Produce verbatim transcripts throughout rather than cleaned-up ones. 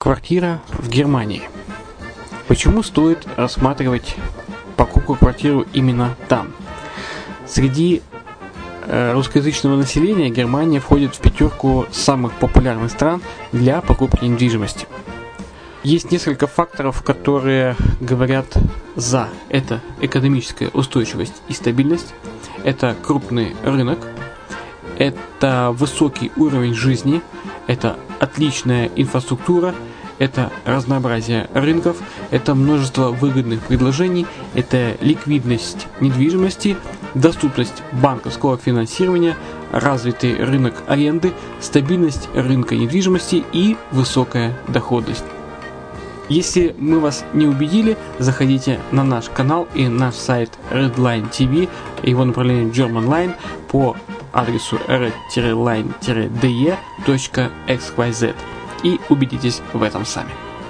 Квартира в Германии. Почему стоит рассматривать покупку квартиры именно там? Среди э, русскоязычного населения Германия входит в пятерку самых популярных стран для покупки недвижимости. Есть несколько факторов, которые говорят за. Это экономическая устойчивость и стабильность, это крупный рынок, это высокий уровень жизни, это отличная инфраструктура, это разнообразие рынков, это множество выгодных предложений, это ликвидность недвижимости, доступность банковского финансирования, развитый рынок аренды, стабильность рынка недвижимости и высокая доходность. Если мы вас не убедили, заходите на наш канал и наш сайт Redline ти ви, его направление Germanline по адресу red line d e точка x y z и убедитесь в этом сами.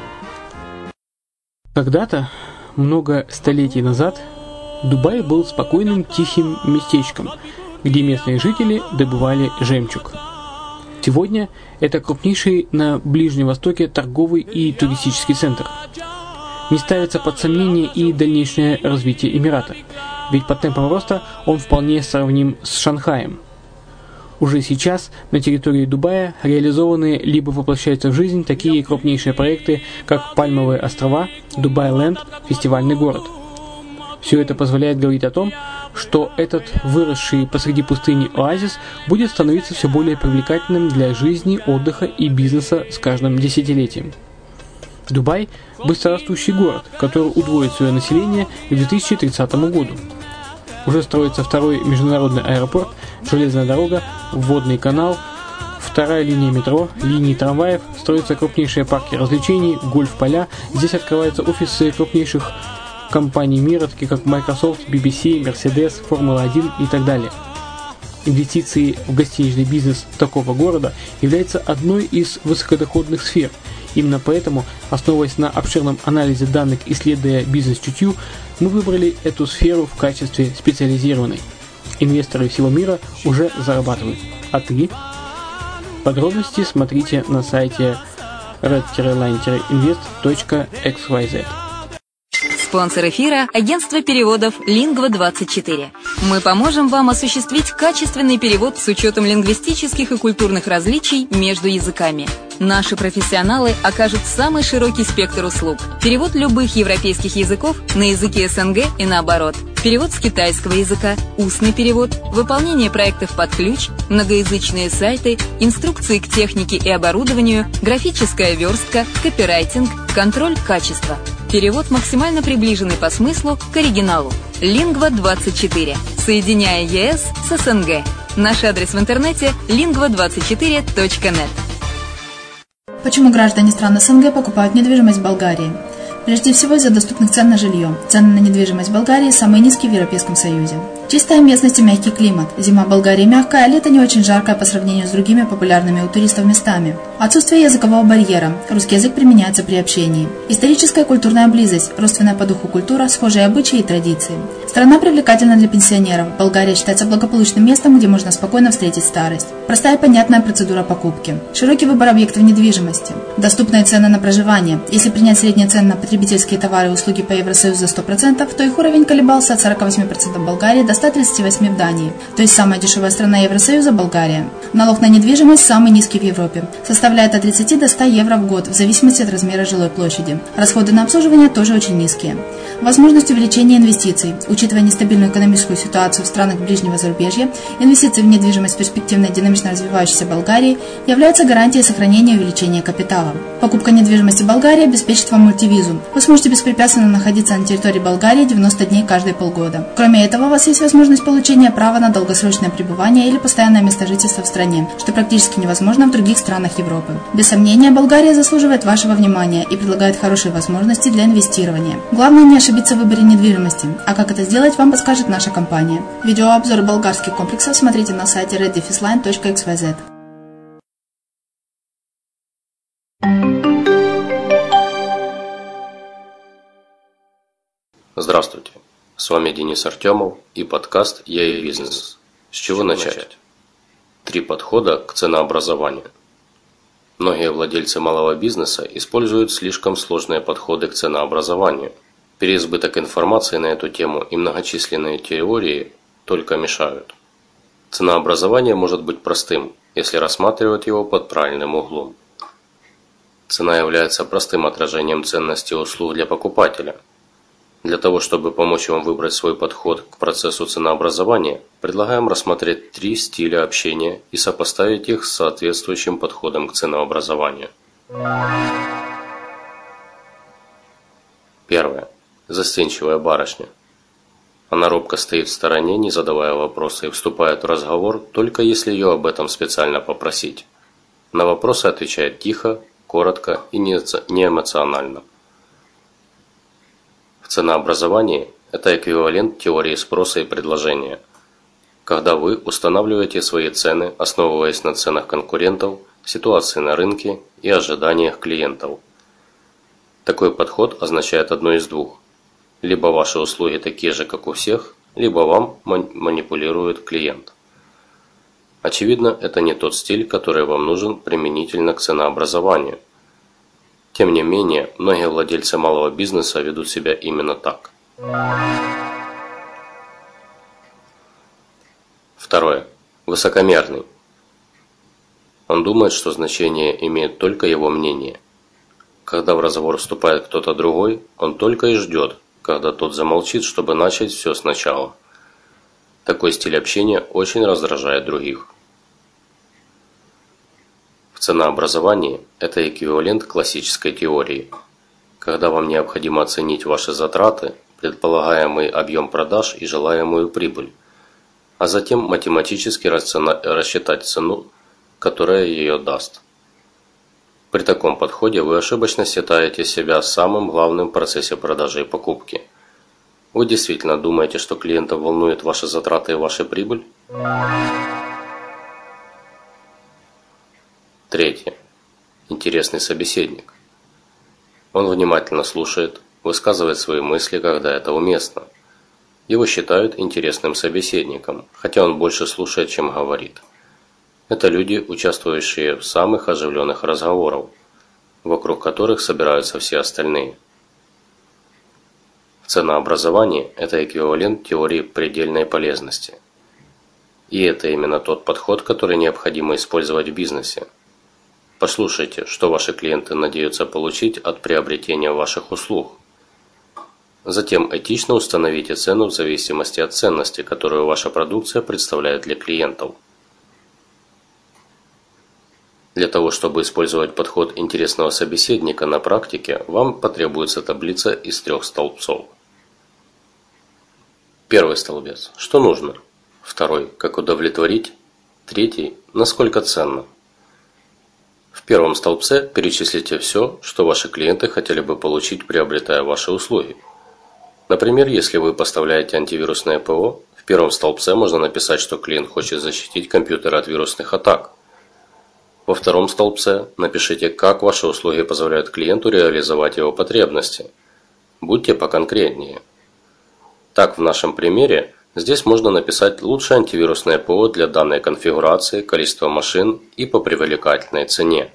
Когда-то, много столетий назад, Дубай был спокойным тихим местечком, где местные жители добывали жемчуг. Сегодня это крупнейший на Ближнем Востоке торговый и туристический центр. Не ставится под сомнение и дальнейшее развитие Эмирата, ведь по темпам роста он вполне сравним с Шанхаем. Уже сейчас на территории Дубая реализованы либо воплощаются в жизнь такие крупнейшие проекты, как Пальмовые острова, Дубай-Ленд, фестивальный город. Все это позволяет говорить о том, что этот выросший посреди пустыни оазис будет становиться все более привлекательным для жизни, отдыха и бизнеса с каждым десятилетием. Дубай – быстрорастущий город, который удвоит свое население к две тысячи тридцатому году. Уже строится второй международный аэропорт, железная дорога, водный канал, вторая линия метро, линии трамваев, строятся крупнейшие парки развлечений, гольф-поля. Здесь открываются офисы крупнейших компаний мира, таких как Microsoft, би би си, Mercedes, Формула один и так далее. Инвестиции в гостиничный бизнес такого города являются одной из высокодоходных сфер. Именно поэтому, основываясь на обширном анализе данных, исследуя бизнес-чутью, мы выбрали эту сферу в качестве специализированной. Инвесторы всего мира уже зарабатывают. А ты? Подробности смотрите на сайте red line invest точка x y z. Спонсор эфира – агентство переводов лингва двадцать четыре. Мы поможем вам осуществить качественный перевод с учетом лингвистических и культурных различий между языками. Наши профессионалы окажут самый широкий спектр услуг. Перевод любых европейских языков на языки эс эн гэ и наоборот. Перевод с китайского языка, устный перевод, выполнение проектов под ключ, многоязычные сайты, инструкции к технике и оборудованию, графическая верстка, копирайтинг, контроль качества. Перевод максимально приближенный по смыслу к оригиналу. лингва двадцать четыре. Соединяя е эс с эс эн гэ. Наш адрес в интернете лингва двадцать четыре точка нет. Почему граждане стран эс эн гэ покупают недвижимость в Болгарии? Прежде всего из-за доступных цен на жилье. Цены на недвижимость в Болгарии самые низкие в Европейском Союзе. Чистая местность и мягкий климат. Зима в Болгарии мягкая, а лето не очень жаркое по сравнению с другими популярными у туристов местами. Отсутствие языкового барьера. Русский язык применяется при общении. Историческая и культурная близость. Родственная по духу культура, схожие обычаи и традиции. Страна привлекательна для пенсионеров. Болгария считается благополучным местом, где можно спокойно встретить старость. Простая и понятная процедура покупки. Широкий выбор объектов недвижимости. Доступные цены на проживание. Если принять средние цены на потребительские товары и услуги по Евросоюзу за сто процентов, то их уровень колебался от сорок восемь процентов в Болгарии до ста тридцати восьми процентов в Дании. То есть самая дешевая страна Евросоюза – Болгария. Налог на недвижимость самый низкий в Европе. Составляет от тридцати до ста евро в год, в зависимости от размера жилой площади. Расходы на обслуживание тоже очень низкие. Возможность увеличения инвестиций. Учитывая нестабильную экономическую ситуацию в странах ближнего зарубежья, инвестиции в недвижимость в перспективной динамично развивающейся Болгарии являются гарантией сохранения и увеличения капитала. Покупка недвижимости в Болгарии обеспечит вам мультивизу. Вы сможете беспрепятственно находиться на территории Болгарии девяносто дней каждые полгода. Кроме этого, у вас есть возможность получения права на долгосрочное пребывание или постоянное место жительства в стране, что практически невозможно в других странах Европы. Без сомнения, Болгария заслуживает вашего внимания и предлагает хорошие возможности для инвестирования. Главное не ошибиться в выборе недвижимости, а как это сделать, вам подскажет наша компания. Видеообзор болгарских комплексов смотрите на сайте red line точка x y z. Здравствуйте, с вами Денис Артемов и подкаст «Я и бизнес». С чего начать? Три подхода к ценообразованию. Многие владельцы малого бизнеса используют слишком сложные подходы к ценообразованию. Переизбыток информации на эту тему и многочисленные теории только мешают. Ценообразование может быть простым, если рассматривать его под правильным углом. Цена является простым отражением ценности услуг для покупателя. Для того, чтобы помочь вам выбрать свой подход к процессу ценообразования, предлагаем рассмотреть три стиля общения и сопоставить их с соответствующим подходом к ценообразованию. Первое. Застенчивая барышня. Она робко стоит в стороне, не задавая вопроса, и вступает в разговор, только если ее об этом специально попросить. На вопросы отвечает тихо, коротко и неэмоционально. В ценообразовании это эквивалент теории спроса и предложения, когда вы устанавливаете свои цены, основываясь на ценах конкурентов, ситуации на рынке и ожиданиях клиентов. Такой подход означает одно из двух. Либо ваши услуги такие же, как у всех, либо вам манипулирует клиент. Очевидно, это не тот стиль, который вам нужен применительно к ценообразованию. Тем не менее, многие владельцы малого бизнеса ведут себя именно так. Второе. Высокомерный. Он думает, что значение имеет только его мнение. Когда в разговор вступает кто-то другой, он только и ждет, когда тот замолчит, чтобы начать все сначала. Такой стиль общения очень раздражает других. В ценообразовании это эквивалент классической теории. Когда вам необходимо оценить ваши затраты, предполагаемый объем продаж и желаемую прибыль, а затем математически рассчитать цену, которая ее даст. При таком подходе вы ошибочно считаете себя самым главным в процессе продажи и покупки. Вы действительно думаете, что клиентов волнует ваши затраты и ваша прибыль? Третье. Интересный собеседник. Он внимательно слушает, высказывает свои мысли, когда это уместно. Его считают интересным собеседником, хотя он больше слушает, чем говорит. Это люди, участвующие в самых оживленных разговорах, вокруг которых собираются все остальные. В ценообразовании это эквивалент теории предельной полезности. И это именно тот подход, который необходимо использовать в бизнесе. Послушайте, что ваши клиенты надеются получить от приобретения ваших услуг. Затем этично установите цену в зависимости от ценности, которую ваша продукция представляет для клиентов. Для того, чтобы использовать подход интересного собеседника на практике, вам потребуется таблица из трех столбцов. Первый столбец – что нужно? Второй – как удовлетворить? Третий – насколько ценно? В первом столбце перечислите все, что ваши клиенты хотели бы получить, приобретая ваши услуги. Например, если вы поставляете антивирусное ПО, в первом столбце можно написать, что клиент хочет защитить компьютер от вирусных атак. Во втором столбце напишите, как ваши услуги позволяют клиенту реализовать его потребности. Будьте поконкретнее. Так, в нашем примере, здесь можно написать лучшее антивирусное ПО для данной конфигурации, количество машин и по привлекательной цене.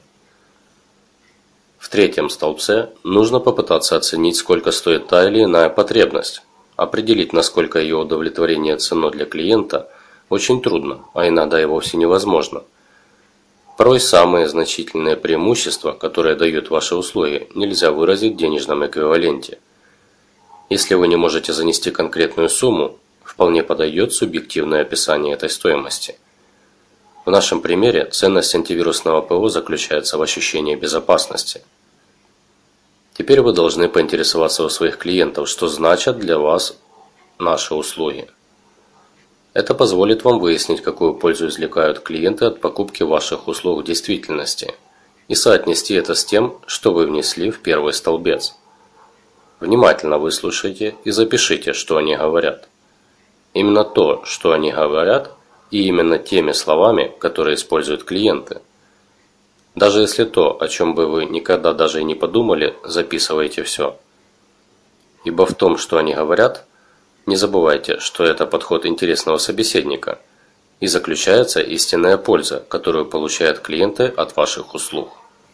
В третьем столбце нужно попытаться оценить, сколько стоит та или иная потребность. Определить, насколько ее удовлетворение ценно для клиента, очень трудно, а иногда и вовсе невозможно. Порой самые значительные преимущества, которые дают ваши услуги, нельзя выразить в денежном эквиваленте. Если вы не можете занести конкретную сумму, вполне подойдет субъективное описание этой стоимости. В нашем примере ценность антивирусного ПО заключается в ощущении безопасности. Теперь вы должны поинтересоваться у своих клиентов, что значат для вас наши услуги. Это позволит вам выяснить, какую пользу извлекают клиенты от покупки ваших услуг в действительности, и соотнести это с тем, что вы внесли в первый столбец. Внимательно выслушайте и запишите, что они говорят. Именно то, что они говорят, и именно теми словами, которые используют клиенты. Даже если то, о чем бы вы никогда даже и не подумали, записывайте все. Ибо в том, что они говорят, не забывайте, что это подход интересного собеседника, и заключается истинная польза, которую получают клиенты от ваших услуг.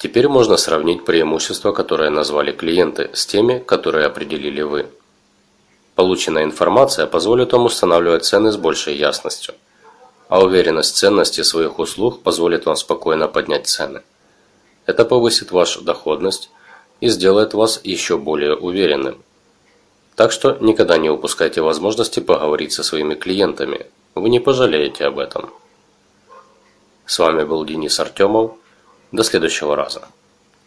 Теперь можно сравнить преимущества, которые назвали клиенты, с теми, которые определили вы. Полученная информация позволит вам устанавливать цены с большей ясностью, а уверенность в ценности своих услуг позволит вам спокойно поднять цены. Это повысит вашу доходность и сделает вас еще более уверенным. Так что никогда не упускайте возможности поговорить со своими клиентами, вы не пожалеете об этом. С вами был Денис Артемов. До следующего раза.